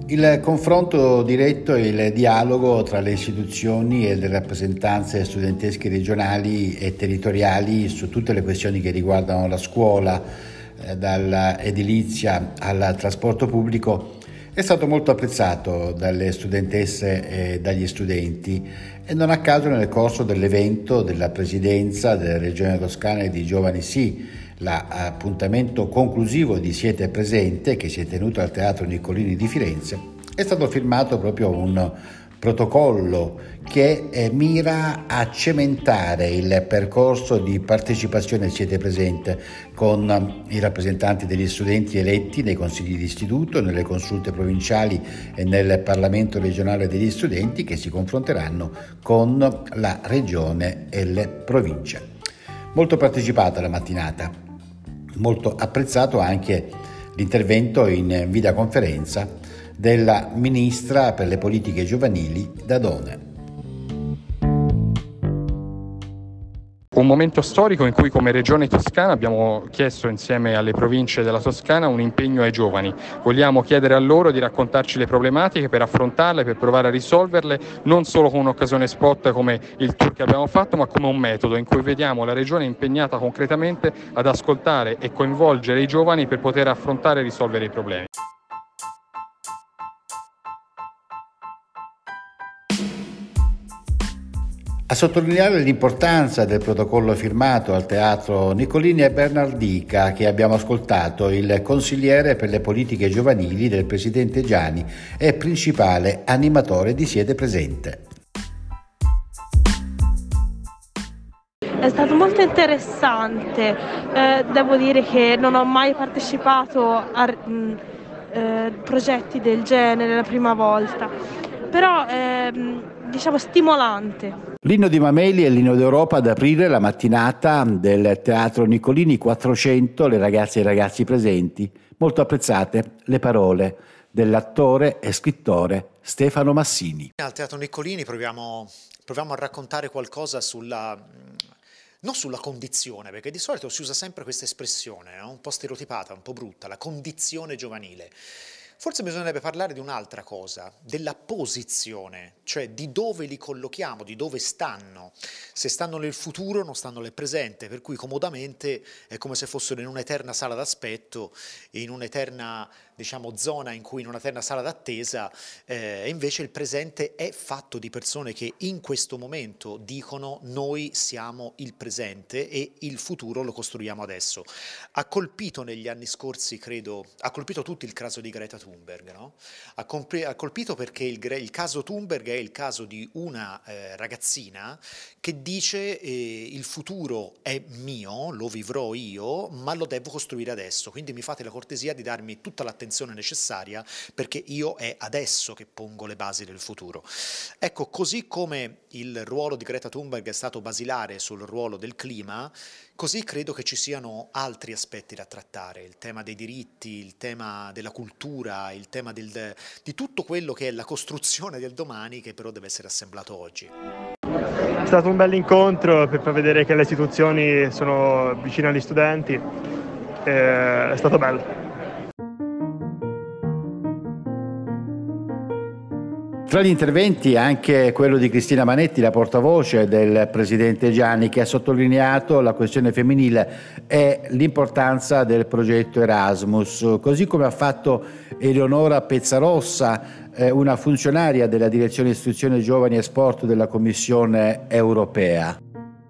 Il confronto diretto e il dialogo tra le istituzioni e le rappresentanze studentesche regionali e territoriali su tutte le questioni che riguardano la scuola, dalla edilizia al trasporto pubblico, è stato molto apprezzato dalle studentesse e dagli studenti e non a caso nel corso dell'evento della presidenza della Regione Toscana e di Giovani Sì, l'appuntamento conclusivo di Siete Presente, che si è tenuto al Teatro Niccolini di Firenze, è stato firmato proprio un protocollo che mira a cementare il percorso di partecipazione Siete Presente con i rappresentanti degli studenti eletti nei consigli di istituto, nelle consulte provinciali e nel Parlamento regionale degli studenti, che si confronteranno con la regione e le province. Molto partecipata la mattinata. Molto apprezzato anche l'intervento in videoconferenza della Ministra per le politiche giovanili Dadone. Un momento storico in cui come Regione Toscana abbiamo chiesto insieme alle province della Toscana un impegno ai giovani. Vogliamo chiedere a loro di raccontarci le problematiche per affrontarle, per provare a risolverle, non solo con un'occasione spot come il tour che abbiamo fatto, ma come un metodo in cui vediamo la Regione impegnata concretamente ad ascoltare e coinvolgere i giovani per poter affrontare e risolvere i problemi. A sottolineare l'importanza del protocollo firmato al Teatro Niccolini è Bernard Dica, che abbiamo ascoltato, il consigliere per le politiche giovanili del presidente Giani e principale animatore di Siete Presente. È stato molto interessante, devo dire che non ho mai partecipato a progetti del genere la prima volta, però stimolante. L'inno di Mameli e l'inno d'Europa ad aprire la mattinata del Teatro Niccolini, 400 le ragazze e i ragazzi presenti. Molto apprezzate le parole dell'attore e scrittore Stefano Massini. Al Teatro Niccolini proviamo a raccontare qualcosa non sulla condizione, perché di solito si usa sempre questa espressione, un po' stereotipata, un po' brutta, la condizione giovanile. Forse bisognerebbe parlare di un'altra cosa, della posizione, cioè di dove li collochiamo, di dove stanno. Se stanno nel futuro, non stanno nel presente, per cui comodamente è come se fossero in un'eterna sala d'aspetto, in un'eterna zona in un'eterna sala d'attesa, e invece il presente è fatto di persone che in questo momento dicono noi siamo il presente e il futuro lo costruiamo adesso. Ha colpito negli anni scorsi, credo, ha colpito tutti il caso di Greta Thunberg, no? Ha colpito perché il caso Thunberg è il caso di una ragazzina che dice il futuro è mio, lo vivrò io, ma lo devo costruire adesso, quindi mi fate la cortesia di darmi tutta l'attenzione necessaria perché io è adesso che pongo le basi del futuro. Ecco, così come il ruolo di Greta Thunberg è stato basilare sul ruolo del clima, così credo che ci siano altri aspetti da trattare, il tema dei diritti, il tema della cultura, il tema di tutto quello che è la costruzione del domani che però deve essere assemblato oggi. È stato un bel incontro per far vedere che le istituzioni sono vicine agli studenti, è stato bello. Tra gli interventi anche quello di Cristina Manetti, la portavoce del presidente Gianni, che ha sottolineato la questione femminile e l'importanza del progetto Erasmus, così come ha fatto Eleonora Pezzarossa, una funzionaria della Direzione Istruzione Giovani e Sport della Commissione Europea.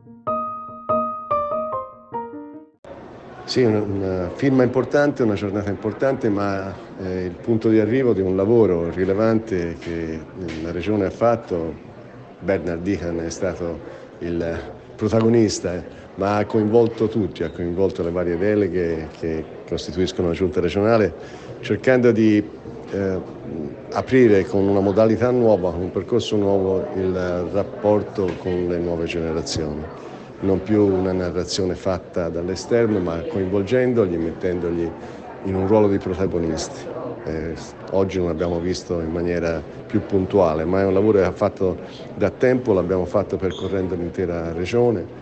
Sì, una firma importante, una giornata importante, ma il punto di arrivo di un lavoro rilevante che la Regione ha fatto. Bernard Dican è stato il protagonista, ma ha coinvolto tutti, ha coinvolto le varie deleghe che costituiscono la Giunta regionale, cercando di aprire con una modalità nuova, con un percorso nuovo, il rapporto con le nuove generazioni. Non più una narrazione fatta dall'esterno, ma coinvolgendoli, mettendoli in un ruolo di protagonisti. Oggi non l'abbiamo visto in maniera più puntuale, ma è un lavoro che ha fatto da tempo, l'abbiamo fatto percorrendo l'intera regione.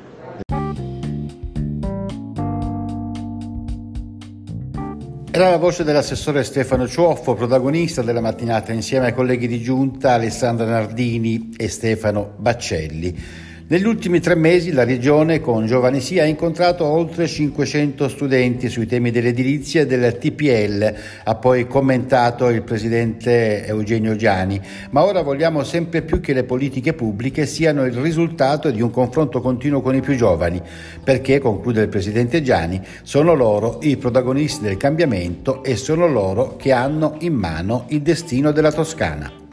Era la voce dell'assessore Stefano Ciuoffo, protagonista della mattinata insieme ai colleghi di giunta Alessandra Nardini e Stefano Baccelli. Negli ultimi 3 mesi la Regione con Giovani Sì ha incontrato oltre 500 studenti sui temi dell'edilizia e del TPL, ha poi commentato il presidente Eugenio Giani, ma ora vogliamo sempre più che le politiche pubbliche siano il risultato di un confronto continuo con i più giovani, perché, conclude il presidente Giani, sono loro i protagonisti del cambiamento e sono loro che hanno in mano il destino della Toscana.